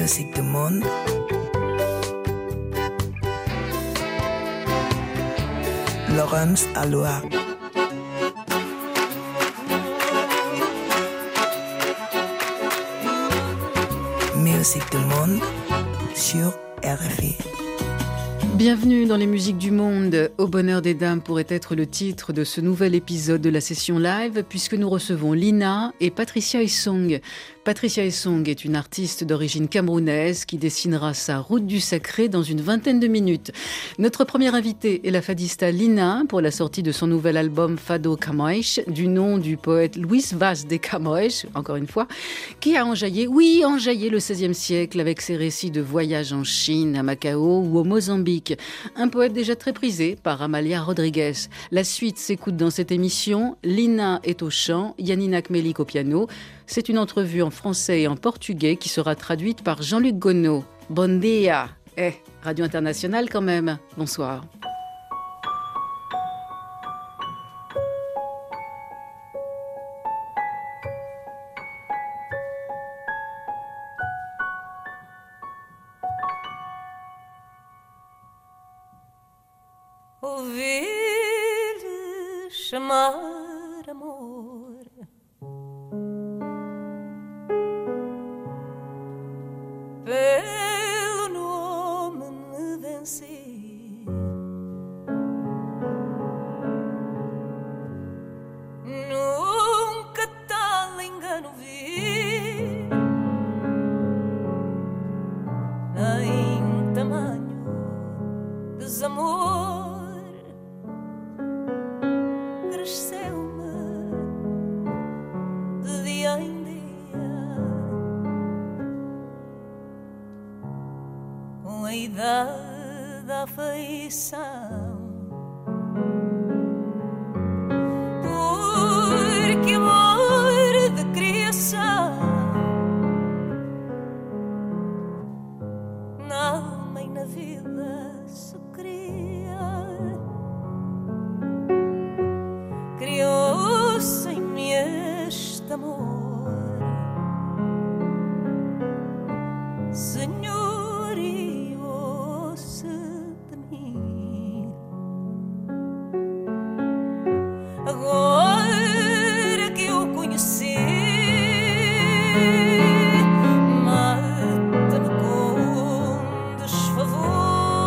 Musique du monde. Laurence Aloha. Musique du monde sur RFI. Bienvenue dans les musiques du monde. Au bonheur des dames pourrait être le titre de ce nouvel épisode de la session live puisque nous recevons Lina et Patricia Essong. Patricia Essong est une artiste d'origine camerounaise qui dessinera sa route du sacré dans une vingtaine de minutes. Notre première invitée est la fadista Lina pour la sortie de son nouvel album Fado Camões, du nom du poète Luís Vaz de Camões, encore une fois, qui a enjaillé le XVIe siècle avec ses récits de voyages en Chine, à Macao ou au Mozambique. Un poète déjà très prisé par Amalia Rodrigues. La suite s'écoute dans cette émission. Lina est au chant, Yanina Kmelik au piano. C'est une entrevue en français et en portugais qui sera traduite par Jean-Luc Gonneau. Bon dia. Radio Internationale quand même. Bonsoir. Ouvi-lhe chamar amor, pelo nome me venci, nunca tal engano vi, nem tamanho desamor. Cresceu-me de dia em dia, com a idade da afeição, porque amor de criação na alma e na vida se cria. Criou-se em mim este amor, senhoreou-se de mim. Agora que eu conheci, mata-me com desfavor.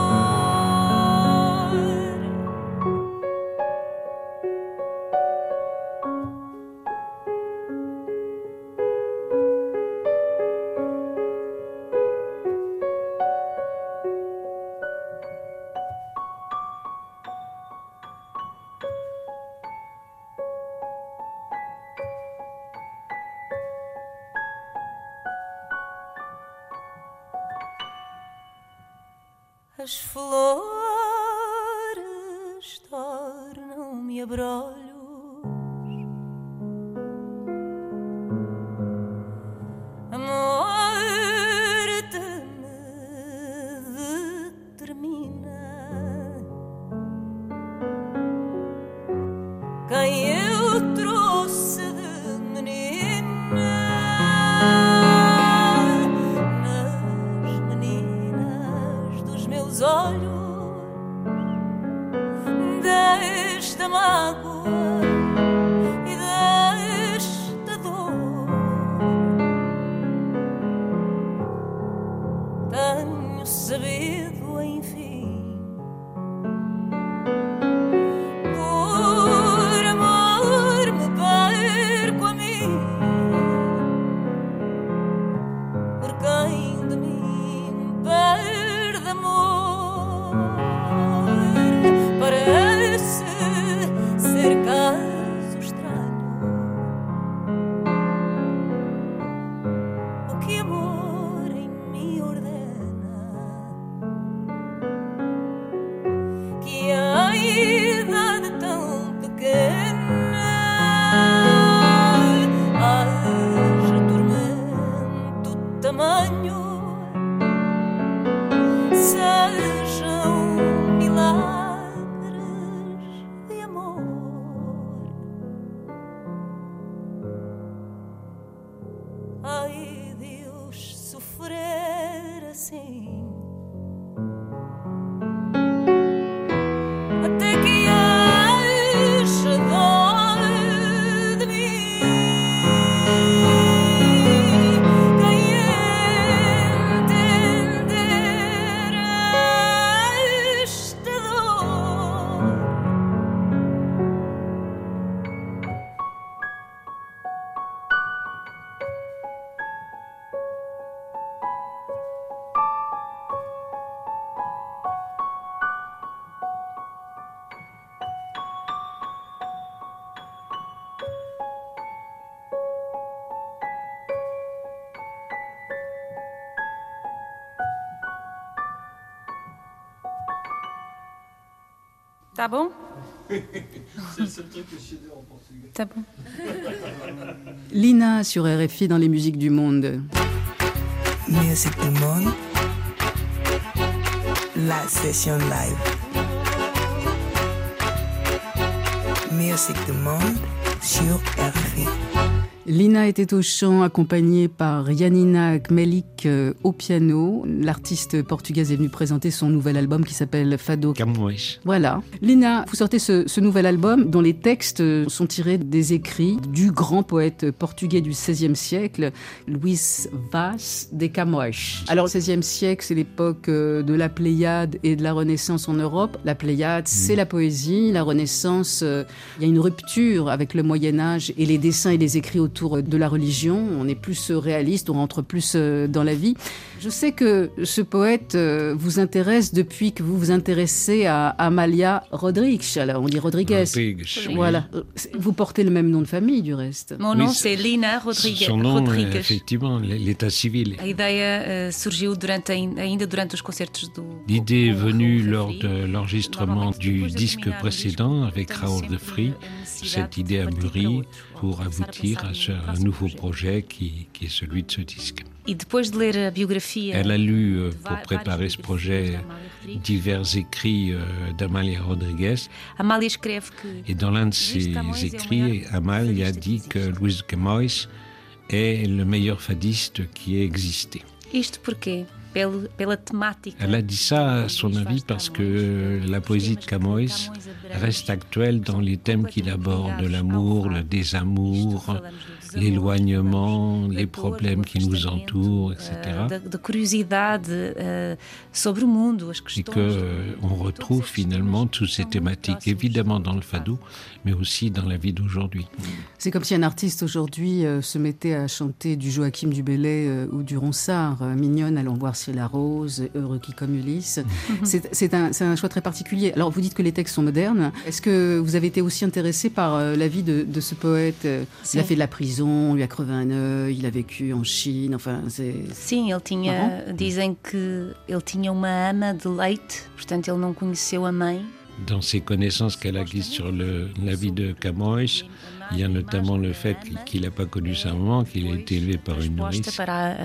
As flores tornam-me abrolhos, a morte me determina. Quem eu trouxe de menina, olhos desta mágoa e desta dor, tenho sabido enfim, por amor me perco a mim, por quem de mim perde amor. Parece ser caso estranho o que amor em mim ordena, que a idade tão pequena haja tormento tamanho, sejam milagres de amor. Ai de os sofrer assim. Até que ache dor de mim. Quem entender esta dor. Tá bom? C'est le seul truc que je sais dire en portugais. Tá bom. Lina sur RFI dans les musiques du monde. Musique du monde. La session live. Musique du monde sur RFI. Lina était au chant accompagnée par Janina Kmelik au piano. L'artiste portugaise est venue présenter son nouvel album qui s'appelle Fado Camões. Voilà. Lina, vous sortez ce nouvel album dont les textes sont tirés des écrits du grand poète portugais du XVIe siècle, Luís Vaz de Camões. Alors, le XVIe siècle, c'est l'époque de la Pléiade et de la Renaissance en Europe. La Pléiade, c'est la poésie. La Renaissance, il y a une rupture avec le Moyen-Âge et les dessins et les écrits autour de la religion. On est plus réaliste, on rentre plus dans la vie. Je sais que ce poète vous intéresse depuis que vous vous intéressez à Amália Rodrigues. Alors, on dit Rodrigues. Voilà. Vous portez le même nom de famille, du reste. Mon nom, c'est Lina Rodrigues. Son nom, effectivement, l'état civil. A ideia surgiu ainda durante os concertos do... L'idée est venue lors de l'enregistrement du disque précédent avec Raoul de Free. Cette idée a mûri pour aboutir à un nouveau projet qui est celui de ce disque. E depois de ler a biografia... Elle a lu, pour préparer ce projet, divers écrits d'Amália Rodrigues. Amália escreve que... Et dans l'un de ses écrits, Amália dit que Luís de Camões est le meilleur fadiste qui ait existé. Isto porquê? Pela temática. Elle a dit ça, à son avis, parce que la poésie de Camões reste actuelle dans les thèmes qu'il aborde, l'amour, le désamour, l'éloignement, les problèmes qui nous entourent, etc. Da curiosidade sobre o mundo, as et qu'on retrouve finalement toutes ces thématiques, évidemment dans le fado, mais aussi dans la vie d'aujourd'hui. C'est comme si un artiste aujourd'hui se mettait à chanter du Joachim du Bellay ou du Ronsard. Mignonne, allons voir si la rose, heureux qui comme Ulysse. C'est un choix très particulier. Alors, vous dites que les textes sont modernes. Est-ce que vous avez été aussi intéressé par la vie de ce poète? Il a fait de la prison, on lui a crevé un œil, il a vécu en Chine, enfin, c'est... Sim, ele tinha... Dizem que ele tinha uma ama de leite, portanto, ele não conheceu a mãe. Dans ses connaissances qu'elle acquises sur la vie de Camões, il y a notamment le fait qu'il n'a pas connu sa maman, qu'il a été élevé par une nourrice.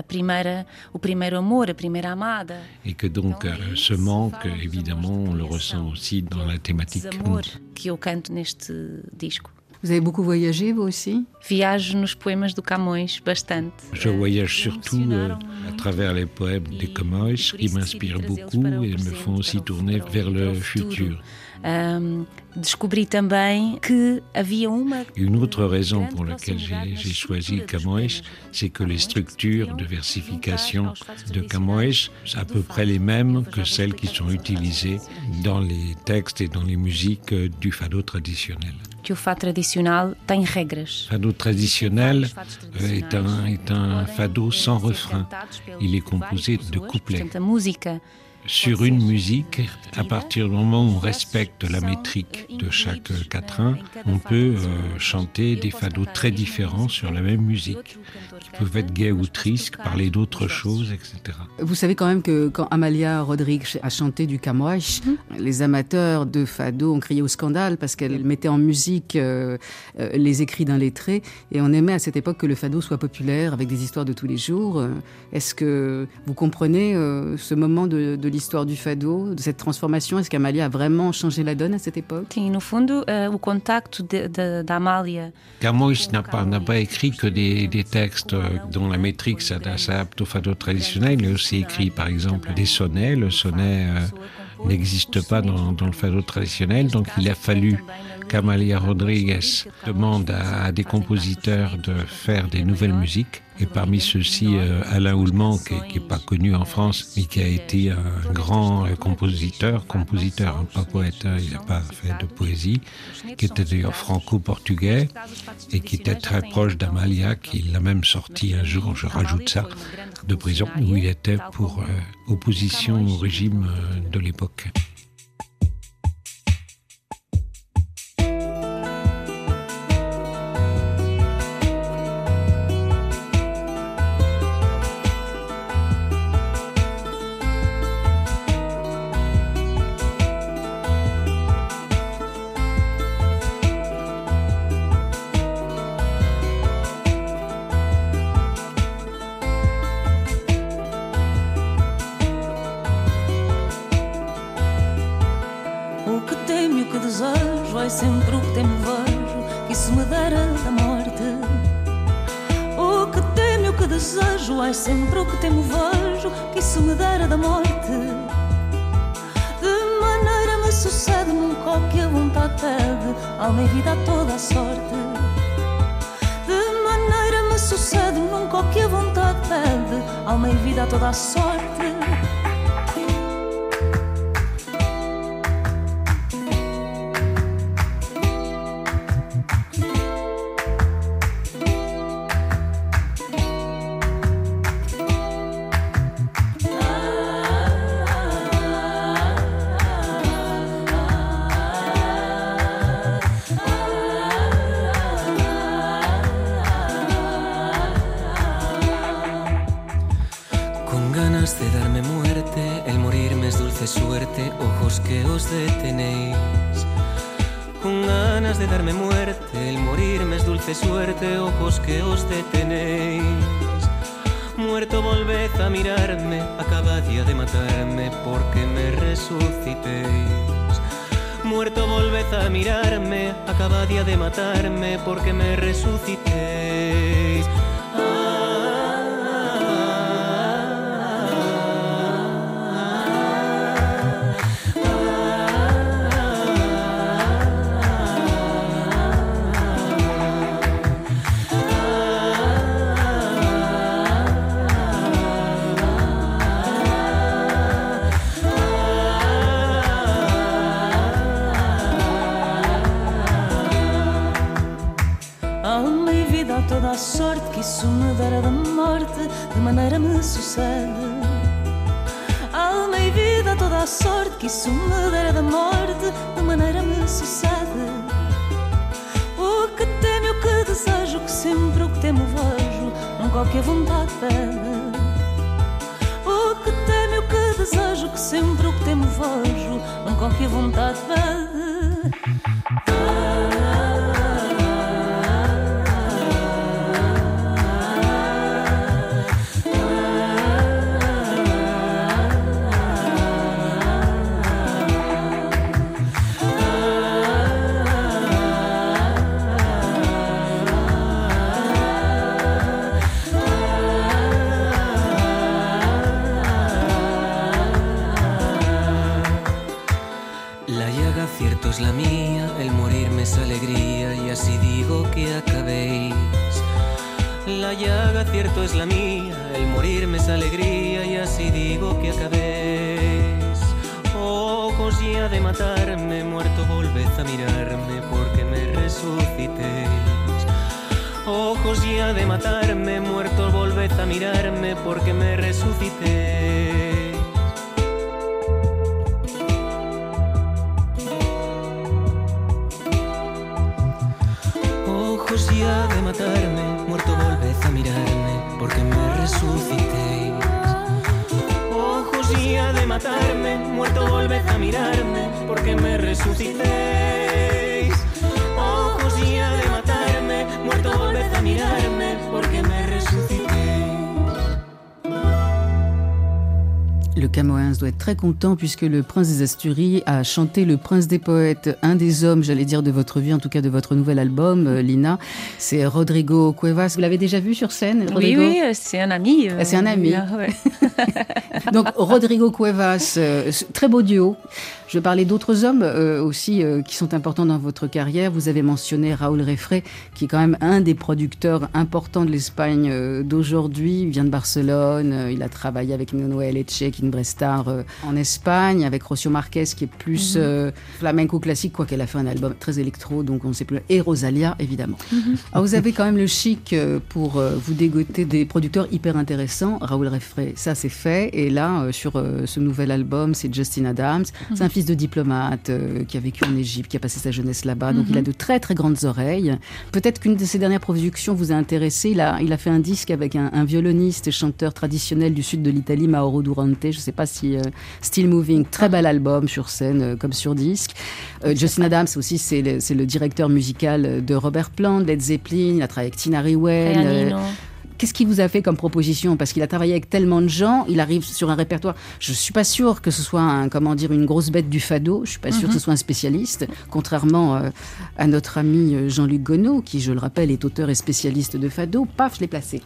O primeiro amor, a primeira amada. Et que donc ce manque, évidemment, on le ressent aussi dans la thématique. Que eu canto neste disco. Vous avez beaucoup voyagé, vous aussi? Viajo nos poemas do Camões bastante. Je voyage surtout à travers les poèmes de Camões qui m'inspirent beaucoup et me font aussi tourner vers le futur. Descobri também que havia Une autre raison pour laquelle j'ai choisi Camões, c'est que les structures de versification de Camões sont à peu près les mêmes que celles qui sont utilisées dans les textes et dans les musiques du fado traditionnel. Que o fado tradicional tem regras. Fado traditionnel est un fado sans refrain. Il est composé de couplets. Sur une musique, à partir du moment où on respecte la métrique de chaque quatrain, on peut chanter des fados très différents sur la même musique, qui peuvent être gais ou tristes, parler d'autres choses, etc. Vous savez quand même que quand Amália Rodrigues a chanté du Camões, les amateurs de fado ont crié au scandale parce qu'elle mettait en musique les écrits d'un lettré, et on aimait à cette époque que le fado soit populaire avec des histoires de tous les jours. Est-ce que vous comprenez ce moment de l'histoire du fado, de cette transformation? Est-ce qu'Amália a vraiment changé la donne à cette époque? Sim, no fundo, o contacto da Amália. Camões n'a pas écrit que des textes dont la métrique s'adapte au fado traditionnel. Il a aussi écrit, par exemple, des sonnets. Le sonnet n'existe pas dans le fado traditionnel, donc il a fallu qu'Amália Rodrigues demande à des compositeurs de faire des nouvelles musiques. Et parmi ceux-ci, Alain Oulman, qui n'est pas connu en France, mais qui a été un grand compositeur, pas poète, il n'a pas fait de poésie, qui était d'ailleurs franco-portugais et qui était très proche d'Amália, qui l'a même sorti un jour, je rajoute ça, de prison, où il était pour opposition au régime de l'époque. Sempre o que temo vejo, que isso me dera da morte. O que temo e o que desejo, ai sempre o que temo vejo, que isso me dera da morte. De maneira me sucede, nunca o que a vontade pede, alma e vida a toda a sorte. De maneira me sucede, nunca o que a vontade pede, alma e vida a toda a sorte. De darme muerte, el morirme es dulce suerte, ojos que os detenéis. Con ganas de darme muerte, el morirme es dulce suerte, ojos que os detenéis. Muerto volved a mirarme, acabad ya de matarme, porque me resucitéis. Muerto volved a mirarme, acabad ya de matarme, porque me resucitéis. Toda a sorte que isso me dera da morte, de maneira me sucede. Alma e vida, toda a sorte que isso me dera da morte, de maneira me sucede. O que temo e o que desejo, que sempre o que temo vejo, nunca o que a vontade pede. O que temo e o que desejo, que sempre o que temo vejo, nunca o que a vontade pede. Cierto es la mía, el morirme es alegría y así digo que acabéis. La llaga cierto es la mía, el morirme es alegría y así digo que acabéis. Ojos ya de matarme, muerto volved a mirarme porque me resucitéis. Ojos ya de matarme, muerto volved a mirarme porque me resucitéis. Ojos ya de matarme, muerto volved a mirarme, porque me resucitéis. Ojos ya de matarme, muerto volved a mirarme, porque me resucitéis. Ojos ya de matarme, muerto volved a mirarme, porque me resucitéis. Le Camoëns doit être très content puisque le prince des Asturies a chanté le prince des poètes. Un des hommes, j'allais dire, de votre vie, en tout cas de votre nouvel album, Lina, c'est Rodrigo Cuevas. Vous l'avez déjà vu sur scène, Rodrigo ? Oui, c'est un ami. C'est un ami. Ouais. Donc Rodrigo Cuevas, très beau duo. Je parlais d'autres hommes aussi qui sont importants dans votre carrière. Vous avez mentionné Raúl Refré, qui est quand même un des producteurs importants de l'Espagne d'aujourd'hui. Il vient de Barcelone, il a travaillé avec Manuel Eche, Brestar en Espagne, avec Rocío Marquez qui est plus flamenco classique, quoi qu'elle a fait un album très électro, donc on ne sait plus. Et Rosalia, évidemment. Alors vous avez quand même le chic pour vous dégoter des producteurs hyper intéressants. Raúl Refré, ça c'est fait. Et là, sur ce nouvel album, c'est Justin Adams. C'est un fils de diplomate qui a vécu en Égypte, qui a passé sa jeunesse là-bas. Donc il a de très très grandes oreilles. Peut-être qu'une de ses dernières productions vous a intéressé. Il a fait un disque avec un violoniste et chanteur traditionnel du sud de l'Italie, Mauro Durante. Je ne sais pas si Still Moving, très bel album sur scène comme sur disque. Justin Adams aussi, c'est le directeur musical de Robert Plant, Led Zeppelin. Il a travaillé avec Tina Rewell. Qu'est-ce qu'il vous a fait comme proposition ? Parce qu'il a travaillé avec tellement de gens, il arrive sur un répertoire. Je ne suis pas sûre que ce soit une grosse bête du fado. Je ne suis pas sûre que ce soit un spécialiste, contrairement à notre ami Jean-Luc Gonod, qui, je le rappelle, est auteur et spécialiste de fado. Paf, je l'ai placé.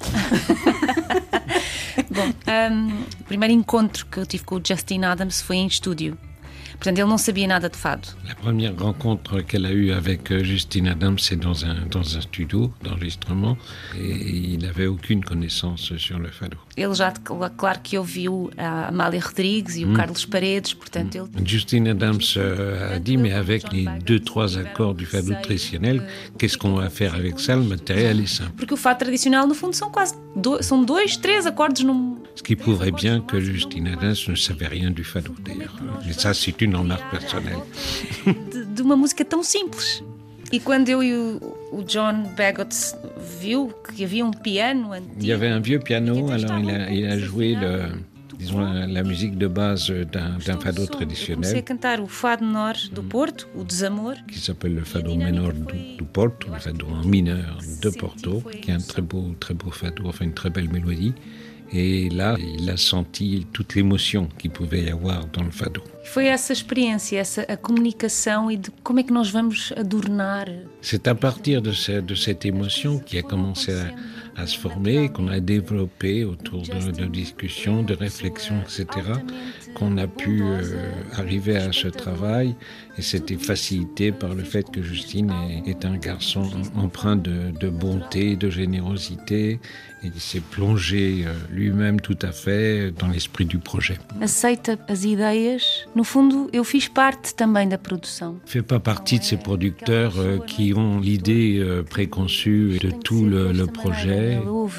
Bom, o primeiro encontro que eu tive com o Justin Adams foi em estúdio. Portanto, ele não sabia nada de fado. La première rencontre qu'elle a eue avec Justin Adams, c'est dans un studio d'enregistrement, et il n'avait aucune connaissance sur le fado. Ele já, claro que ouviu a Amália Rodrigues e o Carlos Paredes, portanto ele... Justin Adams a dit, mais avec les 2-3 accords du fado traditionnel, qu'est-ce qu'on va faire avec ça? Le matériel est simple. Porque o fado tradicional, no fundo, são 2-3 acordes num... Ce qui prouverait bien que Justin Adams ne savait rien du fado, d'ailleurs. Mais ça, c'est une remarque personnelle. De uma música tão simples. E quando eu e o John Bagot viu que havia piano antigo... Il y avait un vieux piano, alors il a joué la musique de base d'un fado traditionnel. Comecei a cantar o fado menor do Porto, o Desamor. Qui s'appelle le fado menor du Porto, le fado en mineur de Porto, qui est un très beau fado, enfin une très belle mélodie. Et là, il a senti toute l'émotion qu'il pouvait y avoir dans le fado. Foi essa experiência, a comunicação e de como é que nós vamos adornar. C'est à partir de cette émotion qui a commencé à se former, qu'on a développé autour de discussions, de réflexions, etc., qu'on a pu arriver à ce travail. Et c'était facilité par le fait que Justine est un garçon empreint de bonté, de générosité. Et il s'est plongé lui-même tout à fait dans l'esprit du projet. Aceita as ideias. No fundo, eu fiz parte também da produção. Il ne fait pas partie de ces producteurs qui ont l'idée préconçue de tout le projet.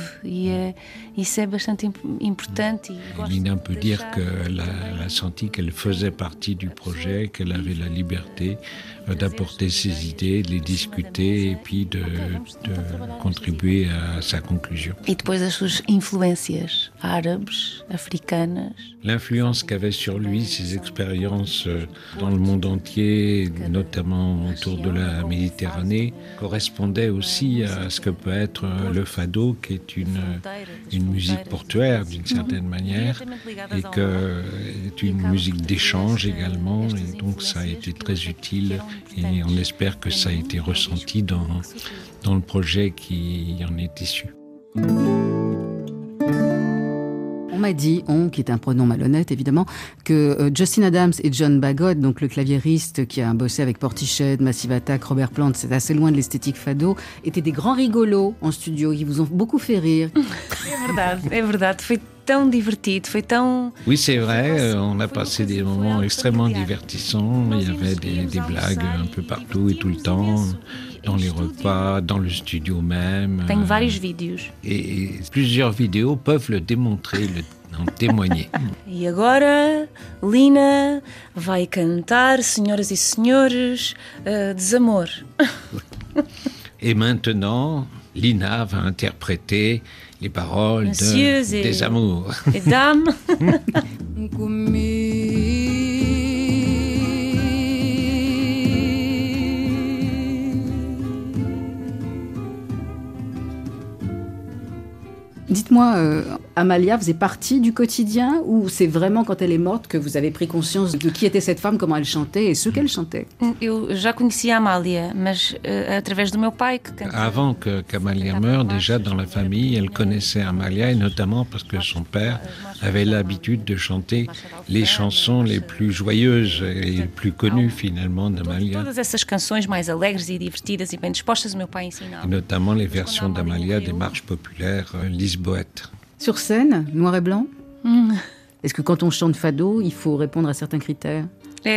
Isso é bastante importante. Lina peut dire qu'elle a senti qu'elle faisait partie du projet, qu'elle avait la liberté d'apporter ses idées, de les discuter et puis de contribuer à sa conclusion. E depois as suas influências árabes, africanas. L'influence qu'avait sur lui ses expériences dans le monde entier, notamment autour de la Méditerranée, correspondait aussi à ce que peut être le fado, qui est une musique portuaire d'une certaine manière, et que est une musique d'échange également, et donc ça a été très utile, et on espère que ça a été ressenti dans le projet qui en est issu. On m'a dit, qui est un pronom malhonnête évidemment, que Justin Adams et John Bagot, donc le claviériste qui a bossé avec Portichet, Massive Attack, Robert Plant, c'est assez loin de l'esthétique fado, étaient des grands rigolos en studio. Ils vous ont beaucoup fait rire. É verdade. Foi tão divertido, foi tão... Oui, c'est vrai, on a passé des moments extrêmement divertissants. Il y avait des blagues un peu partout et tout le temps, dans les repas, dans le studio même. Tenho vários vídeos. Et plusieurs vidéos peuvent le démontrer, en témoigner. E agora, Lina vai cantar, senhoras e senhores, Desamor. Et maintenant, Lina va interpréter les paroles des amours. Et dames. Dites-moi dites-moi, Amalia faisait partie du quotidien ou c'est vraiment quand elle est morte que vous avez pris conscience de qui était cette femme, comment elle chantait et ce qu'elle chantait? Eu já conhecia a Amália, mas através do meu pai que cantava. Avant qu'Amalia meure, déjà dans la famille, elle connaissait Amalia, et notamment parce que son père avait l'habitude de chanter les chansons les plus joyeuses et les plus connues finalement d'Amalia. Todas essas canções mais alegres e divertidas e bem dispostas, o meu pai ensinava. Et notamment les versions d'Amalia des marches populaires lisboètes. Sur scène, noir et blanc? Est-ce que quand on chante fado, il faut répondre à certains critères?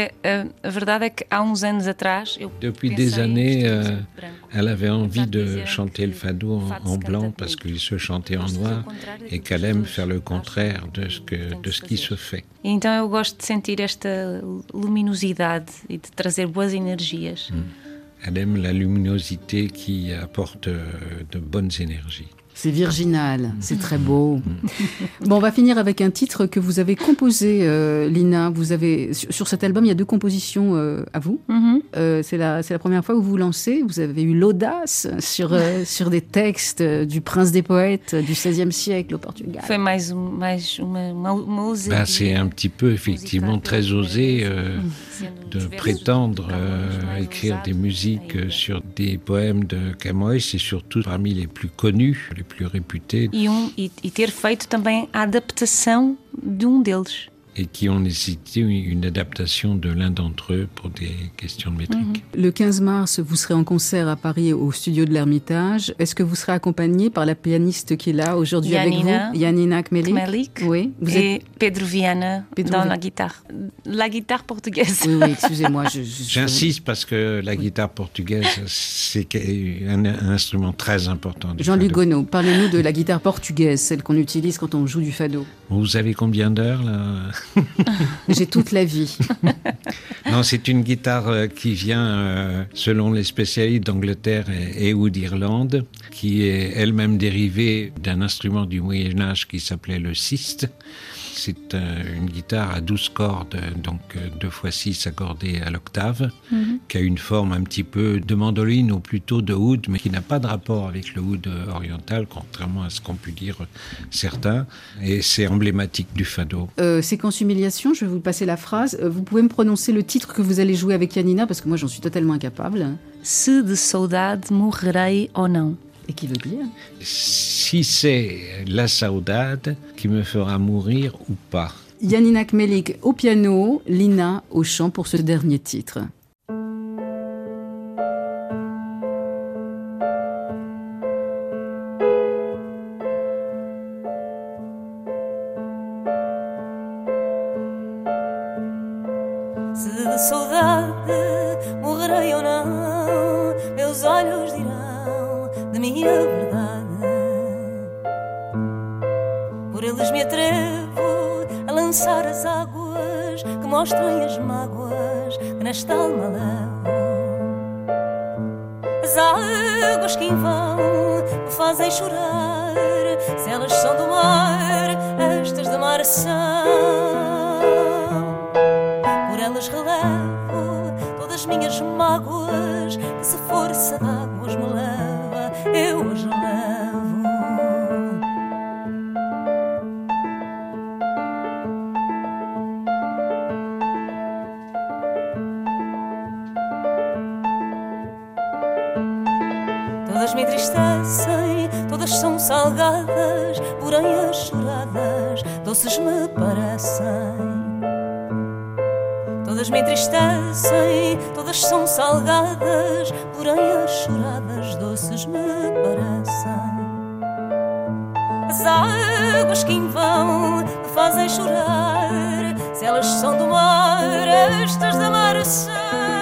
A verdade é que há uns anos atrás, Depuis des années, elle avait envie de chanter le fado en blanc parce qu'il se chantait en noir et qu'elle aime faire le contraire de ce qui se fait. E então eu gosto de sentir esta luminosidade e de trazer boas energias. Elle aime la luminosité qui apporte de bonnes énergies. C'est virginal, c'est très beau. Bon, on va finir avec un titre que vous avez composé, Lina. Vous avez, sur cet album, il y a 2 compositions à vous. C'est la première fois que vous vous lancez. Vous avez eu l'audace sur des textes du prince des poètes du XVIe siècle au Portugal. Foi mais uma ousadia. C'est un petit peu, effectivement, très osé de prétendre écrire des musiques sur des poèmes de Camões, et surtout parmi les plus connus, les plus réputés. E ter feito também a adaptação de deles. Et qui ont nécessité une adaptation de l'un d'entre eux pour des questions de métrique. Le 15 mars, vous serez en concert à Paris au studio de l'Ermitage. Est-ce que vous serez accompagné par la pianiste qui est là aujourd'hui avec vous, Janina Kmelik? Oui. Et Pedro Viana dans la guitare. La guitare portugaise. Oui, excusez-moi. J'insiste parce que la guitare portugaise, c'est un instrument très important. Jean-Luc Gonneau, parlez-nous de la guitare portugaise, celle qu'on utilise quand on joue du fado. Vous avez combien d'heures là? J'ai toute la vie. Non, c'est une guitare qui vient, selon les spécialistes d'Angleterre et ou d'Irlande, qui est elle-même dérivée d'un instrument du Moyen-Âge qui s'appelait le ciste. C'est une guitare à 12 cordes, donc 2 fois 6 accordées à l'octave, qui a une forme un petit peu de mandoline ou plutôt de oud, mais qui n'a pas de rapport avec le oud oriental, contrairement à ce qu'ont pu dire certains. Et c'est emblématique du fado. Séquence humiliation, je vais vous passer la phrase. Vous pouvez me prononcer le titre que vous allez jouer avec Janina, parce que moi j'en suis totalement incapable. Se de saudade morrerei ou não. Et qui veut dire? Si c'est la saudade qui me fera mourir ou pas. Janina Kmelik au piano, Lina au chant pour ce dernier titre. Se de saudade morrerei ou não, meus olhos dirão de minha verdade. Por eles me atrevo a lançar as águas que mostrem as mágoas que nesta alma levo. As águas que em vão me fazem chorar, se elas são do mar, estas do mar são. Por elas relevo todas as minhas mágoas, que se força d'águas me leva, eu as levo. Todas me entristecem, todas são salgadas, porém as choradas doces me parecem. Todas me entristecem, todas são salgadas, porém as choradas doces me parecem. As águas que em vão me fazem chorar, se elas são do mar, estas da mar são.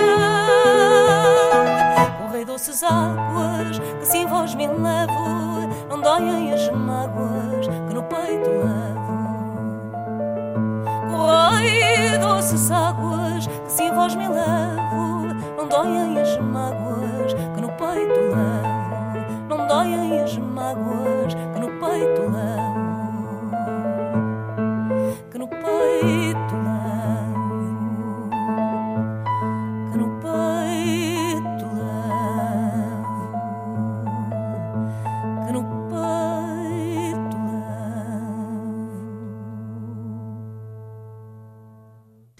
Correi doces águas, que se em vós me levo, não doem as mágoas que no peito levo. Correi doces águas, que se em vós me levo, não doem as mágoas que no peito levo. Não doem as mágoas que no peito levo. Que no peito levo. Que no peito levo. Que no peito levo.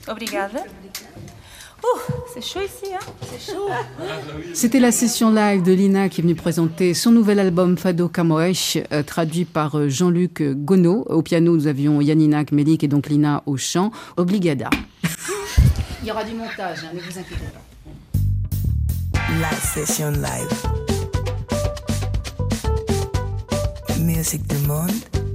Obrigada. C'est chaud ici, hein? C'est chaud. C'était la session live de Lina qui est venue présenter son nouvel album Fado Camões, traduit par Jean-Luc Gonod. Au piano, nous avions Yanina Kmelik et donc Lina au chant. Obrigada. Il y aura du montage, ne vous inquiétez pas. La session live. Musique du monde.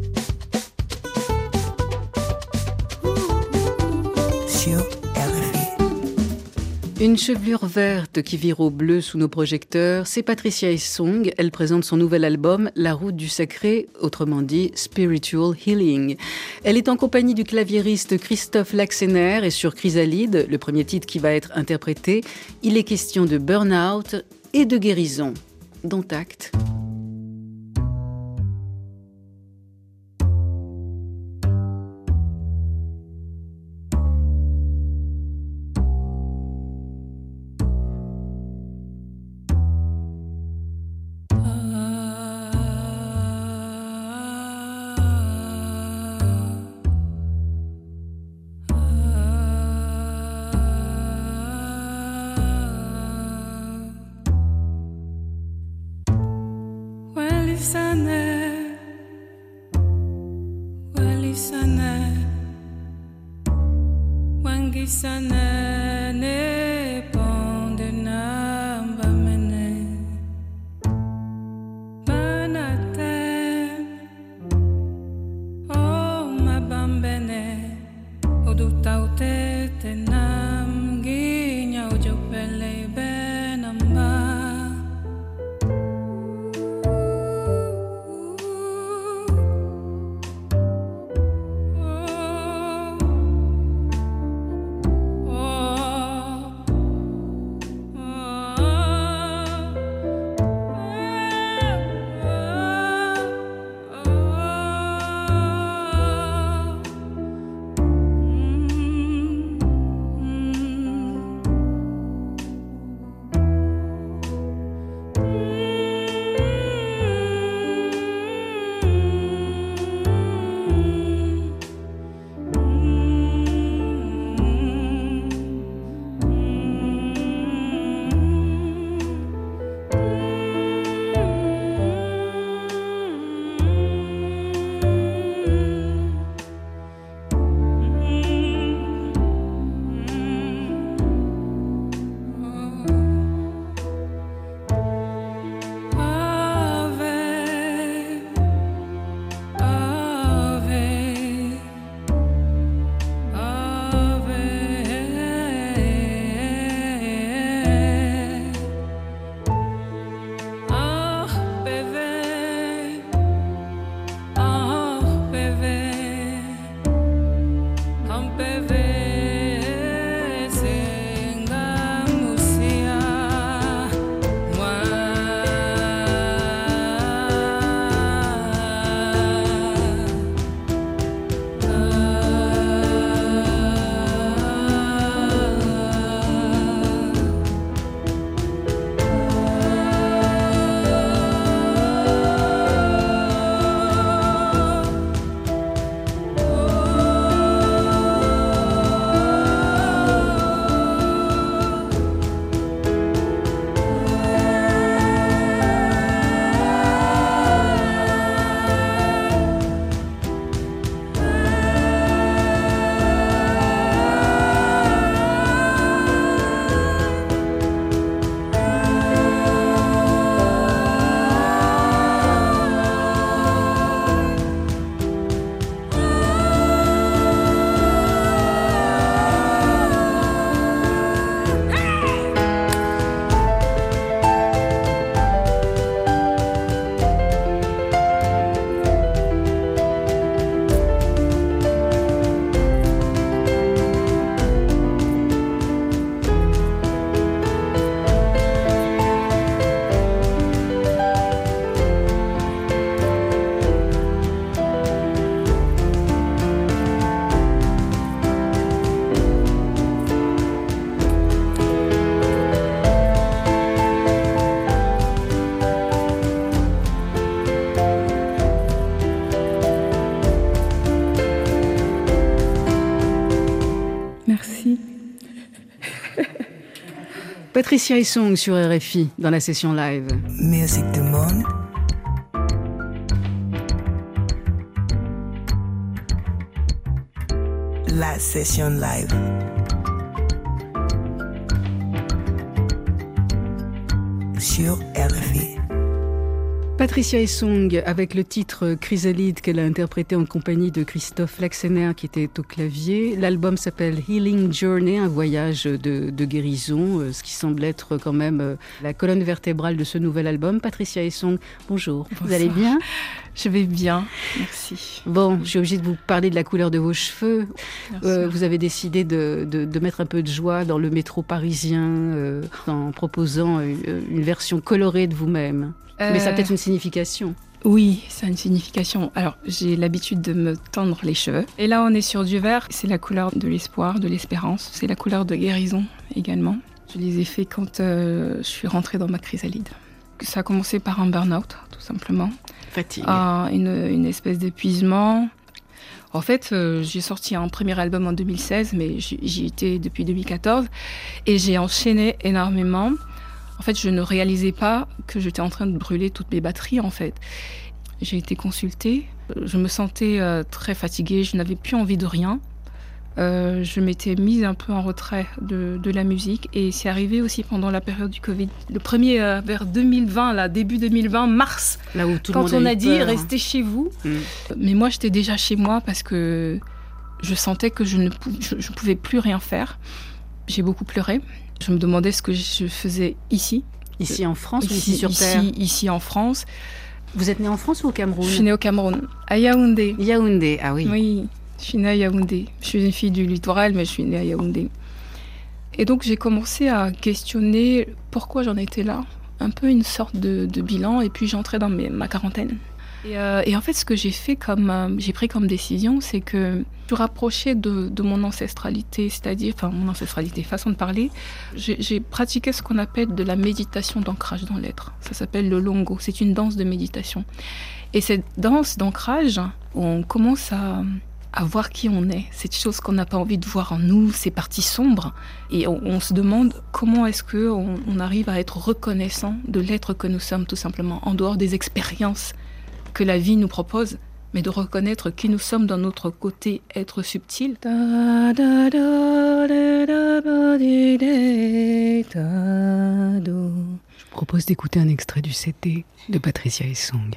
Sur RFI. Une chevelure verte qui vire au bleu sous nos projecteurs, c'est Patricia Hissong. Elle présente son nouvel album La route du sacré, autrement dit Spiritual Healing. Elle est en compagnie du claviériste Christophe Laxener et sur Chrysalide, le premier titre qui va être interprété, il est question de burn-out et de guérison. Dont acte. Patricia Hissong sur RFI dans la session live. Musique du monde. La session live. Sur RFI. Patricia Hissong avec le titre Chrysalide qu'elle a interprété en compagnie de Christophe Laxener qui était au clavier. L'album s'appelle Healing Journey, un voyage de guérison, ce qui semble être quand même la colonne vertébrale de ce nouvel album. Patricia Hissong, bonjour. Bonsoir. Vous allez bien ? Je vais bien, merci. Bon, je suis obligée de vous parler de la couleur de vos cheveux. Vous avez décidé de mettre un peu de joie dans le métro parisien en proposant une version colorée de vous-même. Mais ça a peut-être une signification. Oui, ça a une signification. Alors, j'ai l'habitude de me tendre les cheveux. Et là, on est sur du vert. C'est la couleur de l'espoir, de l'espérance. C'est la couleur de guérison également. Je les ai faits quand je suis rentrée dans ma chrysalide. Ça a commencé par un burn-out, tout simplement. Fatigue. Une espèce d'épuisement. En fait, j'ai sorti un premier album en 2016, mais j'y étais depuis 2014. Et j'ai enchaîné énormément. En fait, je ne réalisais pas que j'étais en train de brûler toutes mes batteries, en fait. J'ai été consultée. Je me sentais très fatiguée. Je n'avais plus envie de rien. Je m'étais mise un peu en retrait de la musique. Et c'est arrivé aussi pendant la période du Covid. Le premier, vers 2020, là, début 2020, mars. Là où tout le quand monde on a a eu dit peur. restez chez vous. Mais moi, j'étais déjà chez moi parce que je sentais que je ne pouvais plus rien faire. J'ai beaucoup pleuré. Je me demandais ce que je faisais ici. Ici en France ou ici sur Terre ? Ici en France. Vous êtes née en France ou au Cameroun ? Je suis née au Cameroun, à Yaoundé. Yaoundé, ah oui. Oui, je suis née à Yaoundé. Je suis une fille du littoral, mais je suis née à Yaoundé. Et donc j'ai commencé à questionner pourquoi j'en étais là. Un peu une sorte de bilan, et puis j'entrais dans ma quarantaine. Et en fait, ce que j'ai pris comme décision, c'est que je rapprochais de mon ancestralité, c'est-à-dire, mon ancestralité, façon de parler. J'ai pratiqué ce qu'on appelle de la méditation d'ancrage dans l'être. Ça s'appelle le longo. C'est une danse de méditation. Et cette danse d'ancrage, on commence à voir qui on est. Cette chose qu'on n'a pas envie de voir en nous, ces parties sombres. Et on se demande comment est-ce qu'on arrive à être reconnaissant de l'être que nous sommes, tout simplement, en dehors des expériences que la vie nous propose, mais de reconnaître qui nous sommes dans notre côté être subtil. Je propose d'écouter un extrait du CD de Patricia Hissong.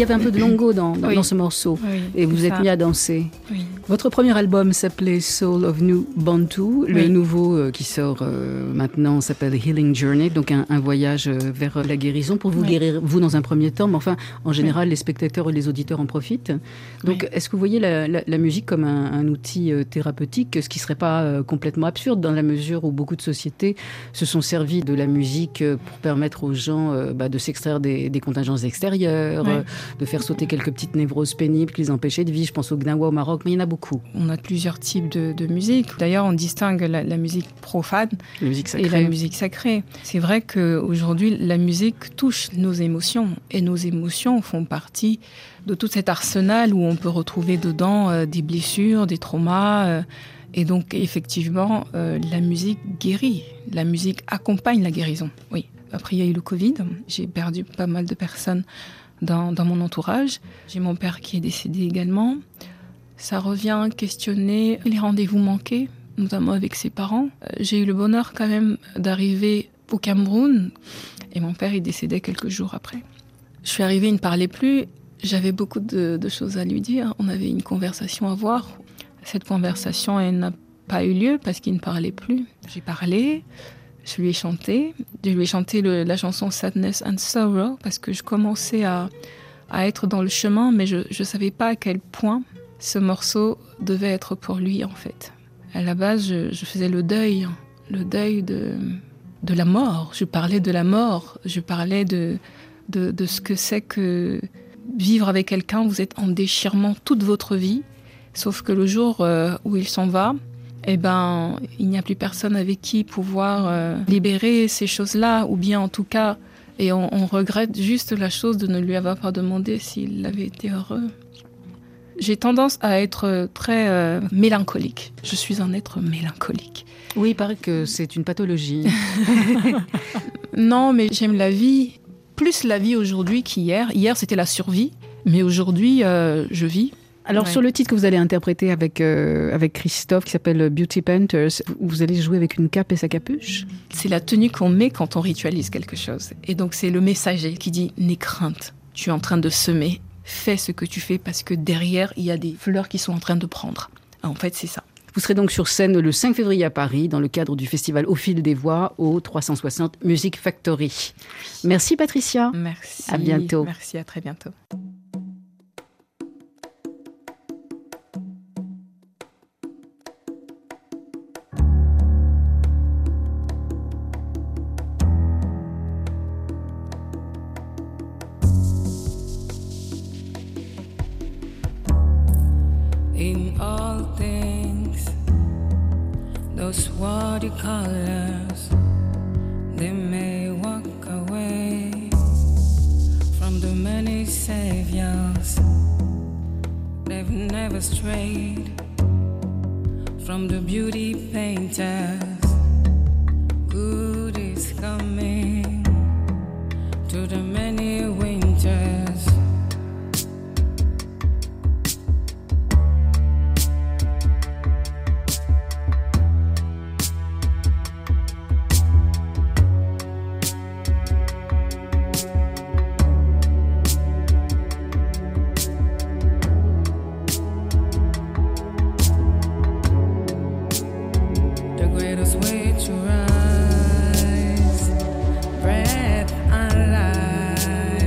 avait un peu de longo dans ce morceau. Oui, et vous êtes mis à danser. Oui. Votre premier album s'appelait Soul of New Bantu. Le nouveau qui sort maintenant s'appelle Healing Journey, donc un voyage vers la guérison pour vous guérir, vous dans un premier temps. Mais enfin, en général, les spectateurs et les auditeurs en profitent. Donc, est-ce que vous voyez la musique comme un outil thérapeutique, ce qui ne serait pas complètement absurde dans la mesure où beaucoup de sociétés se sont servies de la musique pour permettre aux gens de s'extraire des contingences extérieures, de faire sauter quelques petites névroses pénibles qui les empêchaient de vivre. Je pense au gnawa au Maroc, mais il y en a beaucoup. On a plusieurs types de musique. D'ailleurs, on distingue la musique profane et la musique sacrée. C'est vrai qu'aujourd'hui, la musique touche nos émotions. Et nos émotions font partie de tout cet arsenal où on peut retrouver dedans des blessures, des traumas. Et donc, effectivement, la musique guérit. La musique accompagne la guérison, oui. Après, il y a eu le Covid. J'ai perdu pas mal de personnes dans mon entourage. J'ai mon père qui est décédé également. Ça revient à questionner les rendez-vous manqués, notamment avec ses parents. J'ai eu le bonheur quand même d'arriver au Cameroun et mon père est décédé quelques jours après. Je suis arrivée, il ne parlait plus. J'avais beaucoup de choses à lui dire. On avait une conversation à avoir. Cette conversation, elle n'a pas eu lieu parce qu'il ne parlait plus. J'ai parlé, je lui ai chanté. Je lui ai chanté la chanson Sadness and Sorrow parce que je commençais à être dans le chemin, mais je ne savais pas à quel point ce morceau devait être pour lui, en fait. À la base, je faisais le deuil de la mort. Je parlais de la mort, je parlais de ce que c'est que vivre avec quelqu'un, vous êtes en déchirement toute votre vie, sauf que le jour où il s'en va, il n'y a plus personne avec qui pouvoir libérer ces choses-là, ou bien en tout cas, et on regrette juste la chose de ne lui avoir pas demandé s'il avait été heureux. J'ai tendance à être très mélancolique. Je suis un être mélancolique. Oui, il paraît que c'est une pathologie. Non, mais j'aime la vie, plus la vie aujourd'hui qu'hier. Hier, c'était la survie, mais aujourd'hui, je vis. Alors, sur le titre que vous allez interpréter avec Christophe, qui s'appelle Beauty Painters, vous allez jouer avec une cape et sa capuche ? C'est la tenue qu'on met quand on ritualise quelque chose. Et donc, c'est le messager qui dit « N'aie crainte, tu es en train de semer. Fais ce que tu fais parce que derrière, il y a des fleurs qui sont en train de prendre. » En fait, c'est ça. Vous serez donc sur scène le 5 février à Paris, dans le cadre du festival Au fil des voix, au 360 Music Factory. Merci Patricia. Merci. À bientôt. Merci, à très bientôt. In all things, those watercolors, they may walk away from the many saviors. They've never strayed from the beauty painters. Good is coming to the many winters. Way to rise, breath and life.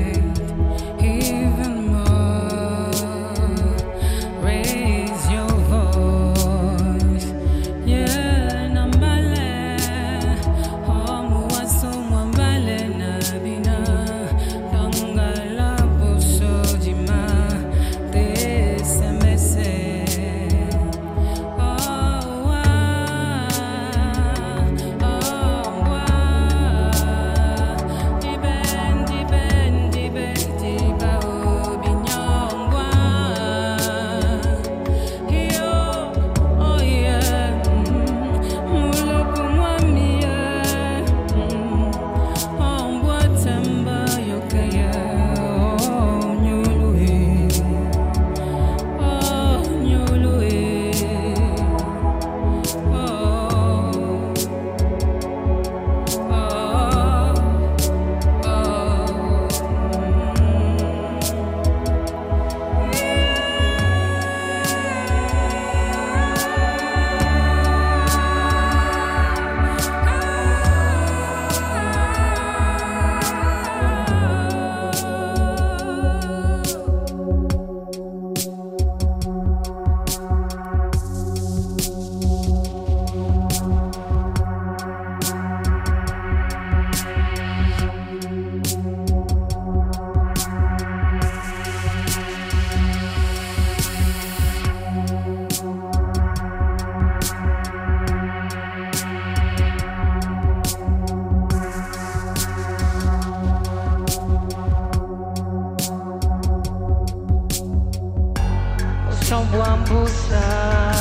busa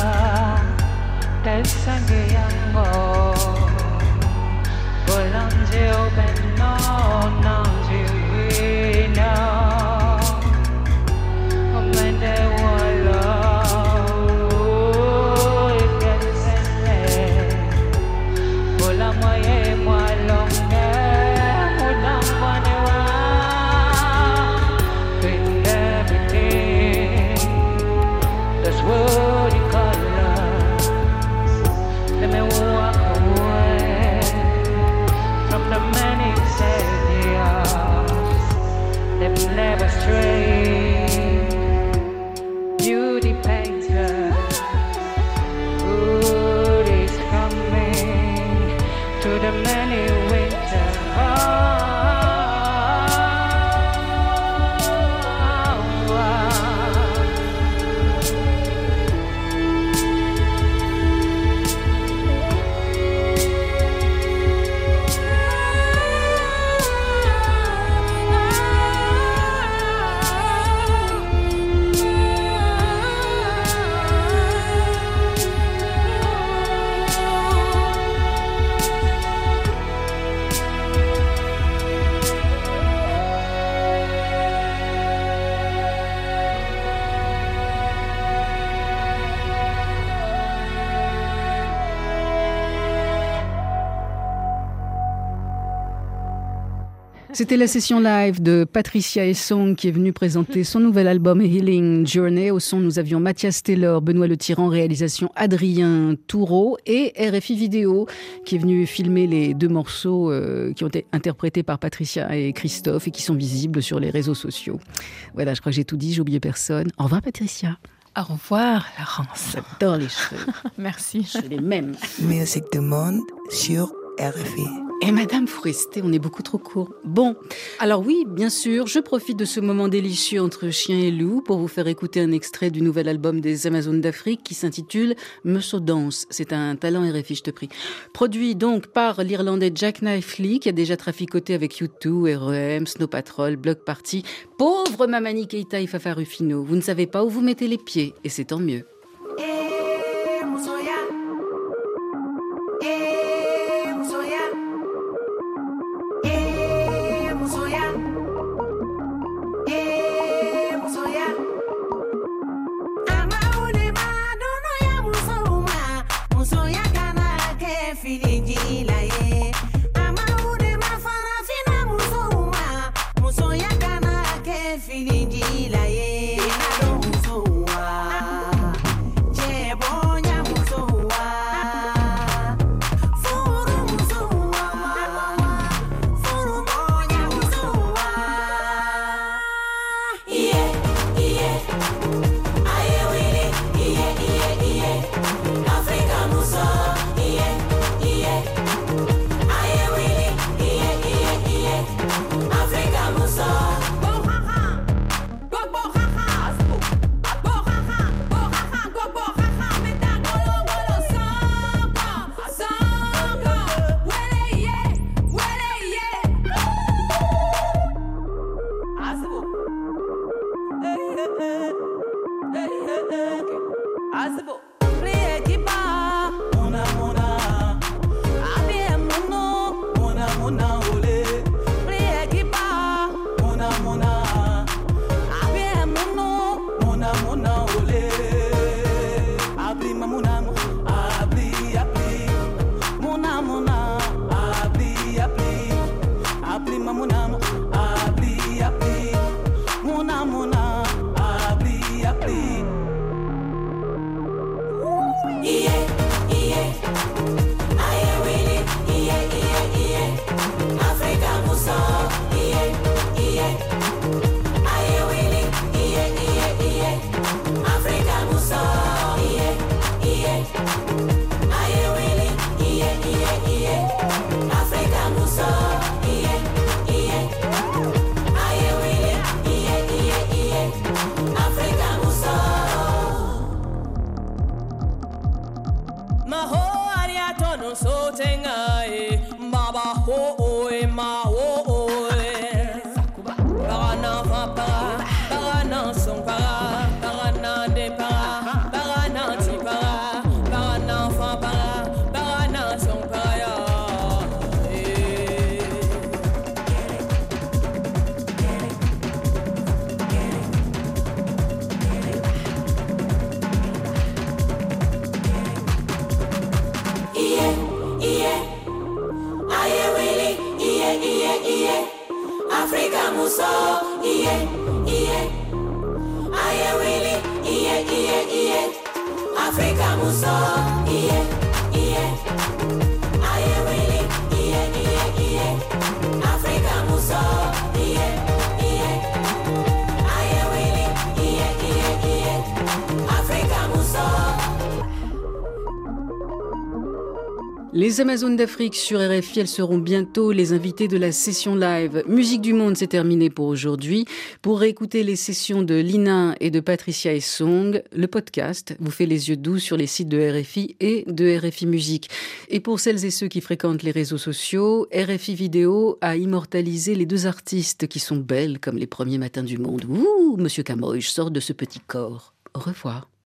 del sangue yango volanje obeno nanji wina omende wala ikensele volamaye mwalonge mudambanewa in everything that's what you call love. Let me walk away from the many saviors that never stray. Beauty painter, good is coming to the many winter. C'était la session live de Patricia Essong qui est venue présenter son nouvel album Healing Journey. Au son, nous avions Mathias Taylor, Benoît Le Tyran, réalisation Adrien Toureau et RFI Vidéo qui est venu filmer les deux morceaux qui ont été interprétés par Patricia et Christophe et qui sont visibles sur les réseaux sociaux. Voilà, je crois que j'ai tout dit, j'ai oublié personne. Au revoir Patricia. Au revoir Laurence. J'adore les cheveux. Merci. Je fais les mêmes. Musique du monde sur RFI. Et Madame Forestier, on est beaucoup trop court. Bon, alors oui, bien sûr, je profite de ce moment délicieux entre chien et loup pour vous faire écouter un extrait du nouvel album des Amazones d'Afrique qui s'intitule Meso Dance. C'est un talent RFI, je te prie. Produit donc par l'Irlandais Jack Knifley qui a déjà traficoté avec U2, R.E.M., Snow Patrol, Bloc Party. Pauvre Mamani Keita et Fafa Rufino, vous ne savez pas où vous mettez les pieds et c'est tant mieux. Para Africa muso, Africa muso, Africa muso. Les Amazones d'Afrique sur RFI, elles seront bientôt les invités de la session live. Musique du Monde, c'est terminé pour aujourd'hui. Pour réécouter les sessions de Lina et de Patricia Essong, le podcast vous fait les yeux doux sur les sites de RFI et de RFI Musique. Et pour celles et ceux qui fréquentent les réseaux sociaux, RFI Vidéo a immortalisé les deux artistes qui sont belles comme les premiers matins du monde. Ouh, Monsieur Camroche sort de ce petit corps. Au revoir.